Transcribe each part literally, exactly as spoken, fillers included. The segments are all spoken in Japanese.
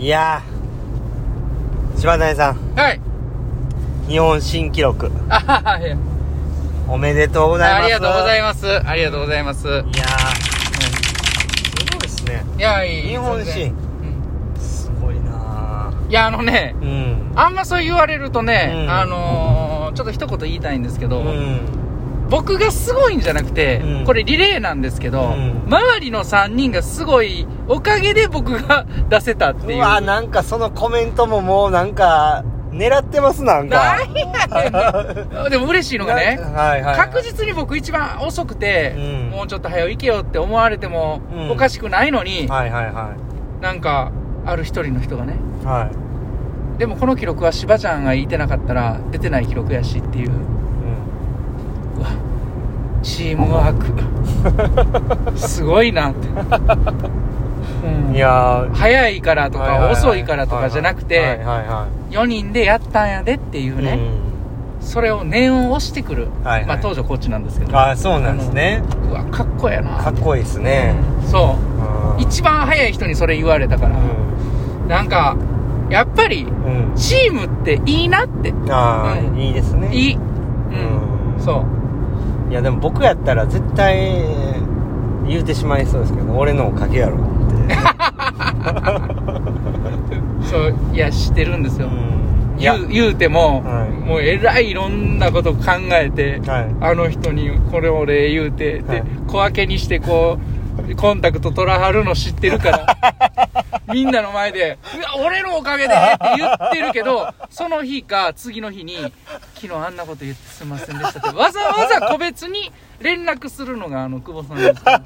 いやー柴谷さん、 はい、 日本新記録あははおめでとうございます。 ありがとうございます。ありがとうございます。いやー、 うん、すごいですね。 いやいい日本新、うん、すごいな。 いやあのね、 うん、 あんまそう言われるとね、 うん、 あのー、ちょっと一言言いたいんですけど、 うん、 僕がすごいんじゃなくて、うん、これリレーなんですけど、うん、周りのさんにんがすごいおかげで僕が出せたっていう。 うわ、なんかそのコメントももうなんか狙ってますなんか。 なんやねん。でも嬉しいのがね、はいはいはい、確実に僕一番遅くて、うん、もうちょっと早く行けよって思われてもおかしくないのに、うん、はいはいはい、なんかある一人の人がね、はい、でもこの記録は柴ちゃんが言ってなかったら出てない記録やしっていう、うん、うわチームワークすごいなって、うん、いや早いからとか、はいはいはい、遅いからとかじゃなくて、はいはいはい、よにんでやったんやでっていうね、うん、それを念を押してくる、はいはい、まあ当時コーチなんですけど、 ああそうなんですね。 うわかっこええな、 かっこいいですね、 うん、そう、うん、一番早い人にそれ言われたから、うん、なんかやっぱり、うん、チームっていいなって。 ああ、うん、いいですね。 いい、うん、うん、そう。 いやでも僕やったら絶対言うてしまいそうですけど、俺のおかげやろってそういや知ってるんですよ、うん、言う、言うても、はい、もうえらいいろんなこと考えて、はい、あの人にこれ俺言うて、はい、で小分けにしてこうコンタクト取らはるの知ってるからみんなの前でいや俺のおかげでって言ってるけど、その日か次の日に昨日あんなこと言ってすいませんでしたってわざわざ個別に連絡するのがあの久保さんですから、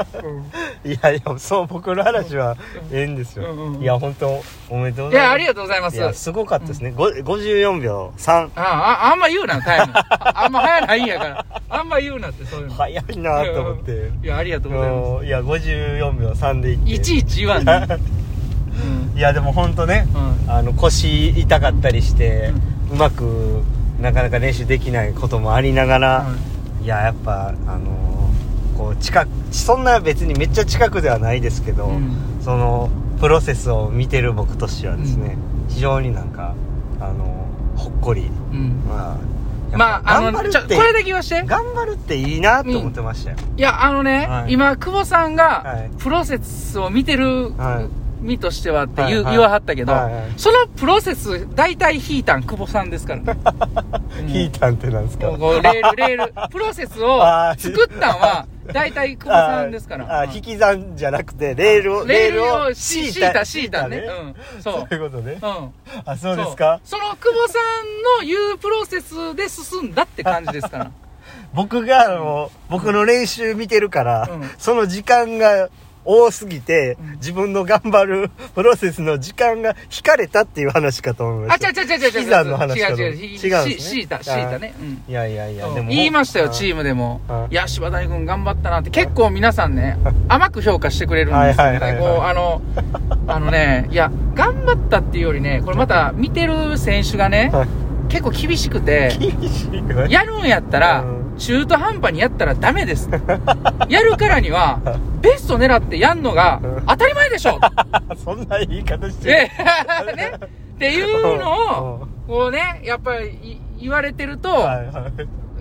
うん、いやいやそう僕の話はええんですよ、うんうん、いや本当おめでとうございます。 いやありがとうございます。 いやすごかったですね、うん、ごじゅうよんびょうさん。 あああんま言うなタイムあんま早ないんやからあんま言うなって。そういうの早いなと思って、 いやありがとうございます。 いやごじゅうよんびょうさんでいっていちいち言わんねうん、いやでも本当ね、うん、あの腰痛かったりして、うん、うまくなかなか練習できないこともありながら、うん、いややっぱあのー、こう近くそんな別にめっちゃ近くではないですけど、うん、そのプロセスを見てる僕としてはですね、うん、非常になんかあのー、ほっこり、うん、まあまあ、あのちょこれだけ言わして頑張るっていいなと思ってましたよ、 うん、いやあのね、はい、今久保さんがプロセスを見てる、はい身としてはって言う、はいはい、言わはったけど、はいはい、そのプロセス大体ヒータン久保さんですから、 ヒータンってなんですか。 こうレールレールプロセスを作ったんは大体久保さんですから。 ああ引き算じゃなくてレールをレールをシータシータね、うん、そうそういうことね、 うん、 あそうですか。 そ, その久保さんの言うプロセスで進んだって感じですから僕があの僕の練習見てるから、うん、その時間が多すぎて、うん、自分の頑張るプロセスの時間が引かれたっていう話かと思いました。 あ、違う違う違う違う。 引き算の話かと。 違う違う違う。 違うんですね。 シータ、シータね。うん。 いやいやいや、でも。 言いましたよ、チームでも。いや、柴谷君頑張ったなって。結構皆さんね、甘く評価してくれるんですよね。こう、あの、あのね、いや、頑張ったっていうよりね、これまた見てる選手がね、結構厳しくて、 厳しいね。 やるんやったら、中途半端にやったらダメですやるからにはベスト狙ってやんのが当たり前でしょそんな言い方してる、ね、っていうのをこうねやっぱり言われてると、はいはい、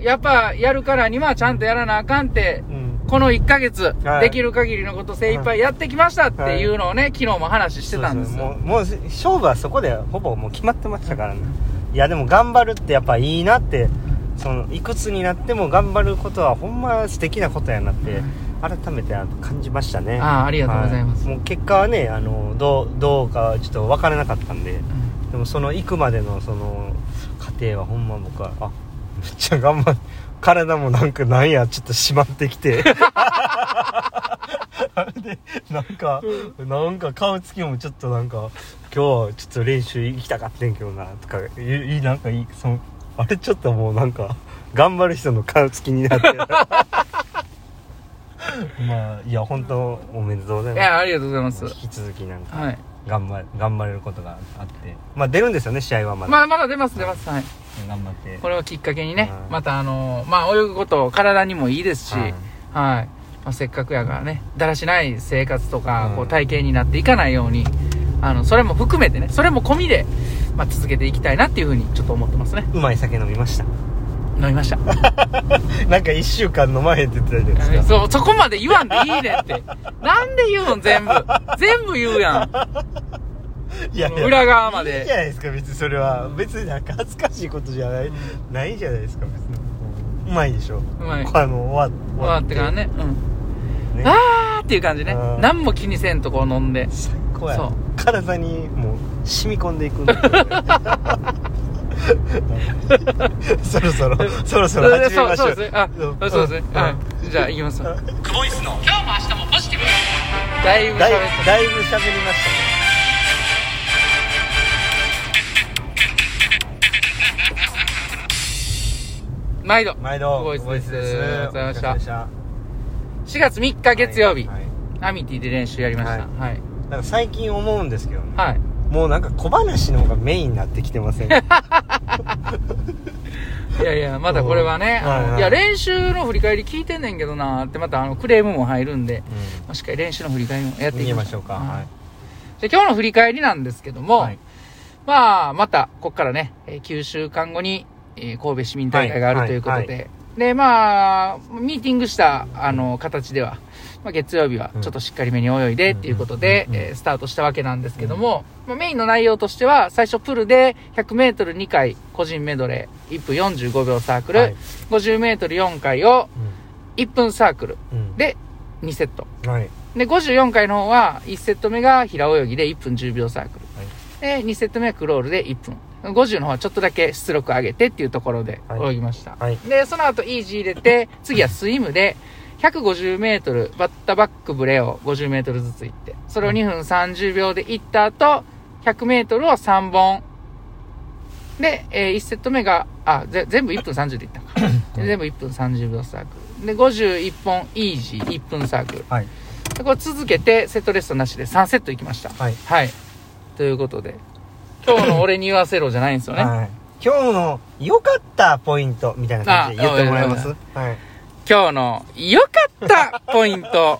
やっぱやるからにはちゃんとやらなあかんって、うん、このいっかげつ、はい、できる限りのこと精一杯やってきましたっていうのをね、はい、昨日も話してたんですよ。 そうそうもう、もう勝負はそこでほぼもう決まってましたからね。いやでも頑張るってやっぱいいなって、そのいくつになっても頑張ることはほんま素敵なことやなって改めて感じましたね。 ああ、ありがとうございます、 はい、もう結果はねあのどう、どうかはちょっと分からなかったんで、うん、でもその行くまでのその過程はほんま僕はあめっちゃ頑張って体もなんかなんやちょっと締まってきてあれでなんか、うん、なんか顔つきもちょっとなんか今日はちょっと練習行きたかったんけどなとかいいなんかいいそのあれちょっともうなんか頑張る人の顔つきになってまあいや本当おめでとうございます。 いやありがとうございます。 引き続きなんか、 はい、 頑張頑張れることがあってまあ出るんですよね試合はまだ。 まあまだ出ます出ます、はい、 頑張ってこれをきっかけにね、またあのまあ泳ぐこと体にもいいですし、はい、はい、まあ、せっかくやからねだらしない生活とか、うん、こう体型になっていかないようにあのそれも含めてね、それも込みで、まあ、続けていきたいなっていうふうにちょっと思ってますね。 うまい酒飲みました。 飲みましたなんかいっしゅうかん飲まへんって言ってたじゃないですか。 そう、そこまで言わんでいいねってなんで言うの、全部全部言うやん。いやいや、裏側までいいじゃないですか。別にそれは別になんか恥ずかしいことじゃない、うん、ないじゃないですか別に。うまいでしょ。うまい。あの終わ終わってからね、うん、ね、あーっていう感じね。何も気にせんとこう飲んで最高や。そう、体にもう染み込んでいくんだけど、ね、そろそろそろそろ始めましょう。そうですね。あ、 そうですね。はい。じゃあ行きます。クボイスの今日も明日もポジティブ。だいぶだいだいぶ喋りましたね。 毎度毎度クボイスです。ありがとうございました。しがつみっか月曜日、はいはい、アミティで練習やりました。はい。はい、 なんか最近思うんですけどね。 はい。 もうなんか小話の方がメインになってきてません？いやいや、まだこれはね、あの、はいはい、いや練習の振り返り聞いてんねんけどなーってまたあのクレームも入るんで、うん、しっかり練習の振り返りもやっていきましょうか。はい。で今日の振り返りなんですけども、はい、まあまたここからねきゅうしゅうかんごに神戸市民大会があるということで、はいはいはい、でまあミーティングしたあの形では、まあ、月曜日はちょっとしっかりめに泳いでっていうことで、うんえー、スタートしたわけなんですけども、うんまあ、メインの内容としては最初プールで ひゃくメートルにかい個人メドレーいっぷんよんじゅうごびょうサークル、はい、ごじゅうメートルよんかいをいっぷんサークルでにセット、はい、でごじゅうよんかいの方はいちセット目が平泳ぎでいっぷんじゅうびょうサークル、はい、でにセット目はクロールでいっぷん、ごじゅうの方はちょっとだけ出力上げてっていうところで泳ぎました、はいはい、でその後イージー入れて次はスイムでひゃくごじゅうメートルバッタバックブレをごじゅうメートルずつ行って、それをにふんさんじゅうびょうで行った後ひゃくメートルをさんぼんで、えー、いちセット目があぜ全部いっぷんさんじゅうで行ったかで全部いっぷんさんじゅうびょうサークルでごじゅういっぽんイージーいっぷんサークル、はい、でこれ続けてセットレストなしでさんセット行きました。はい、はい、ということで今日の俺に言わせろじゃないんですよね、はい、 今日の良かったポイントみたいな感じで言ってもらえます？はい、 今日の良かったポイント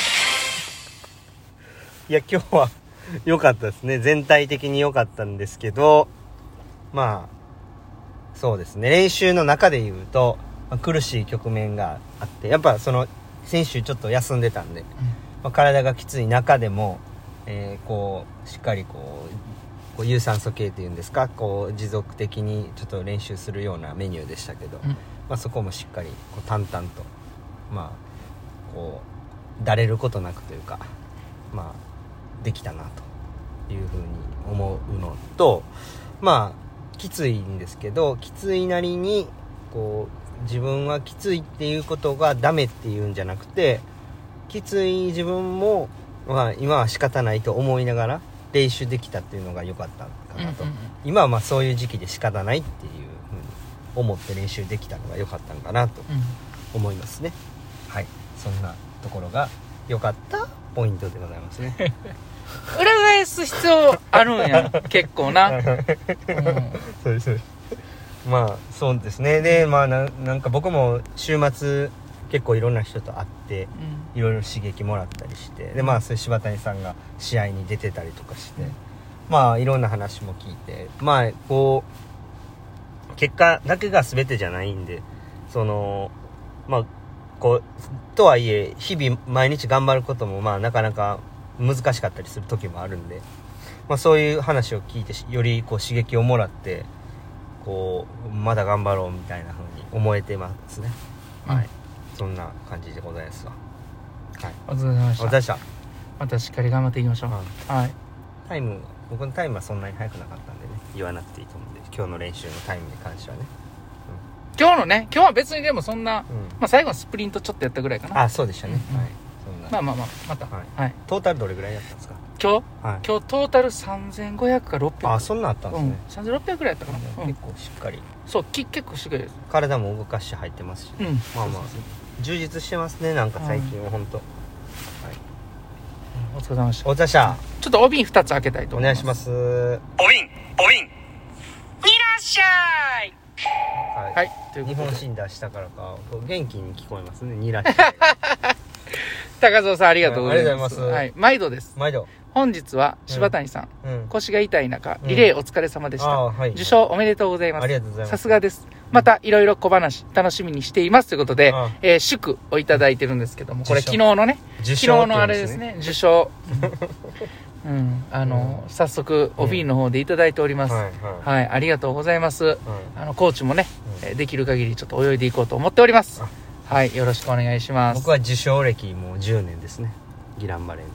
いや今日は良かったですね。全体的に良かったんですけど、まあそうですね、練習の中で言うと、まあ、苦しい局面があって、やっぱその先週ちょっと休んでたんで、うんまあ、体がきつい中でも、えー、こうしっかりこうこう有酸素系っていうんですか、こう持続的にちょっと練習するようなメニューでしたけど、うんまあ、そこもしっかりこう淡々とまあこうだれることなくというか、まあできたなというふうに思うのと、まあきついんですけど、きついなりにこう自分はきついっていうことがダメっていうんじゃなくて、きつい自分もまあ今は仕方ないと思いながら練習できたっていうのが良かったかなと、うんうんうん、今はまあそういう時期で仕方ないっていうふうに思って練習できたのが良かったのかなと思いますね、うん、はい、そんなところが良かったポイントでございますね裏返す必要あるんや結構な、うん、そうですそうです。まあそうですね。でまあ な, なんか僕も週末結構いろんな人と会っていろいろ刺激もらったりして、でまあそれ柴谷さんが試合に出てたりとかして、うん、まあいろんな話も聞いて、まあこう結果だけが全てじゃないんで、そのまあこうとはいえ日々毎日頑張ることもまあなかなか難しかったりする時もあるんで、まあそういう話を聞いてよりこう刺激をもらってこうまだ頑張ろうみたいな風に思えてますね、うん、はい、そんな感じでございますわ。はい、 お疲れ様でした。 お疲れ様でした。 またしっかり頑張っていきましょう、うん、はい。 タイム僕のタイムはそんなに速くなかったんでね、言わなくていいと思うんで、今日の練習のタイムに関してはね、 うん、今日のね今日は別にでもそんな、うんまあ、最後のスプリントちょっとやったぐらいかな。 あ、そうでしたね、うん、はい、そんなまあまあまあまた、はいはい、 トータルどれぐらいやったんですか今日、はい、今日トータルさんぜんごひゃくかろっぴゃく。 あ、そんなあったんですね、 うん、さんぜんろっぴゃくぐらいやったかな、うん、 結構しっかり。 そうき結構しっかりです。 体も動かして入ってますし、うん、まあまあそうそうそう充実してますね、なんか最近は本当、はい、 お疲れ様でした。 お疲れ様でした。 ちょっとお瓶ふたつ開けたいと思います。 お願いします。お瓶お瓶いらっしゃい。はい、はい、ということで日本新出したからか元気に聞こえますね、にらっしゃい高蔵さんありがとうございます。 ありがとうございます。 はい、毎度です。 毎度本日は柴谷さん、うん、腰が痛い中、リレーお疲れ様でした。うんはい、受賞おめでとうございます。 ありがとうございます。 さすがです。またいろいろ小話楽しみにしていますということで、うんえー、祝をいただいてるんですけども、これ昨日のね、昨日のあれですね、受賞。うん、あの、うん、早速オフィーの方でいただいております、うん、はい、はいはい、ありがとうございます、うん、あのコーチもね、うん、できる限りちょっと泳いでいこうと思っております。はいよろしくお願いします。 僕は受賞歴もうじゅうねんですね、ギランバレー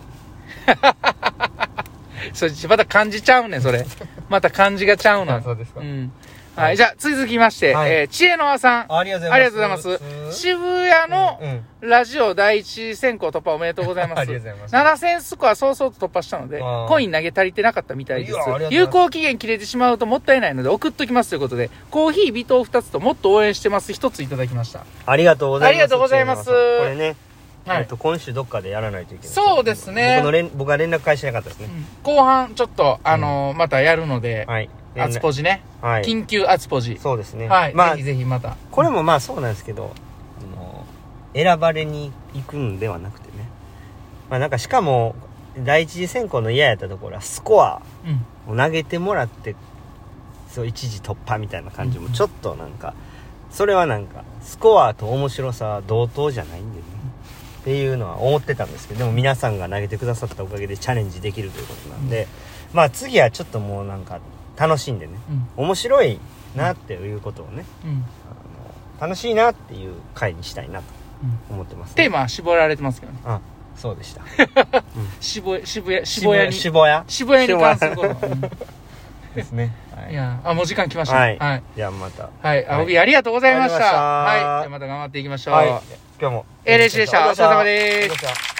それまた漢字ちゃうねんそれまた漢字がちゃうのそうですか、 うんはい、じゃあ続きまして、はいえー、知恵の輪さんありがとうございます。 います渋谷のラジオ第一選考突破おめでとうございます。 ありがとうございます。 ななせんスコア早々と突破したのでコイン投げ足りてなかったみたいです。有効期限切れてしまうともったいないので送っときますということで、コーヒー微糖ふたつともっと応援してますひとついただきました。 ありがとうございます。 ありがとうございます。これねはい、えっと今週どっかでやらないといけない。 そうですね。 僕の連僕は連絡返してなかったですね、 うん、後半ちょっとあのーうん、またやるので、はいアツポジね、はい、緊急アツポジそうですね、 はいまあ、ぜひぜひまたこれもまあそうなんですけど、あの選ばれに行くんではなくてね、まあなんかしかも第一次選考の嫌やったところはスコアを投げてもらって、うん、そう一時突破みたいな感じもちょっとなんか、うん、それはなんかスコアと面白さは同等じゃないんでね、うん、っていうのは思ってたんですけど、でも皆さんが投げてくださったおかげでチャレンジできるということなんで、うん、まあ次はちょっともうなんか楽しんでね、うん、面白いなっていうことをね、うん、あの楽しいなっていう回にしたいなと思ってます、ね、 テーマは絞られてますけどね。 あそうでした、うん、 渋谷渋谷渋谷に渋谷渋谷に関すること、うん、 ですね、はい、 いやあもう時間来ました、 はい、はい、じゃあまたはい青木、はい、ありがとうございました。はいじゃあまた頑張っていきましょう、はい、 今日もエーエルエイチ でした。お疲れ様です。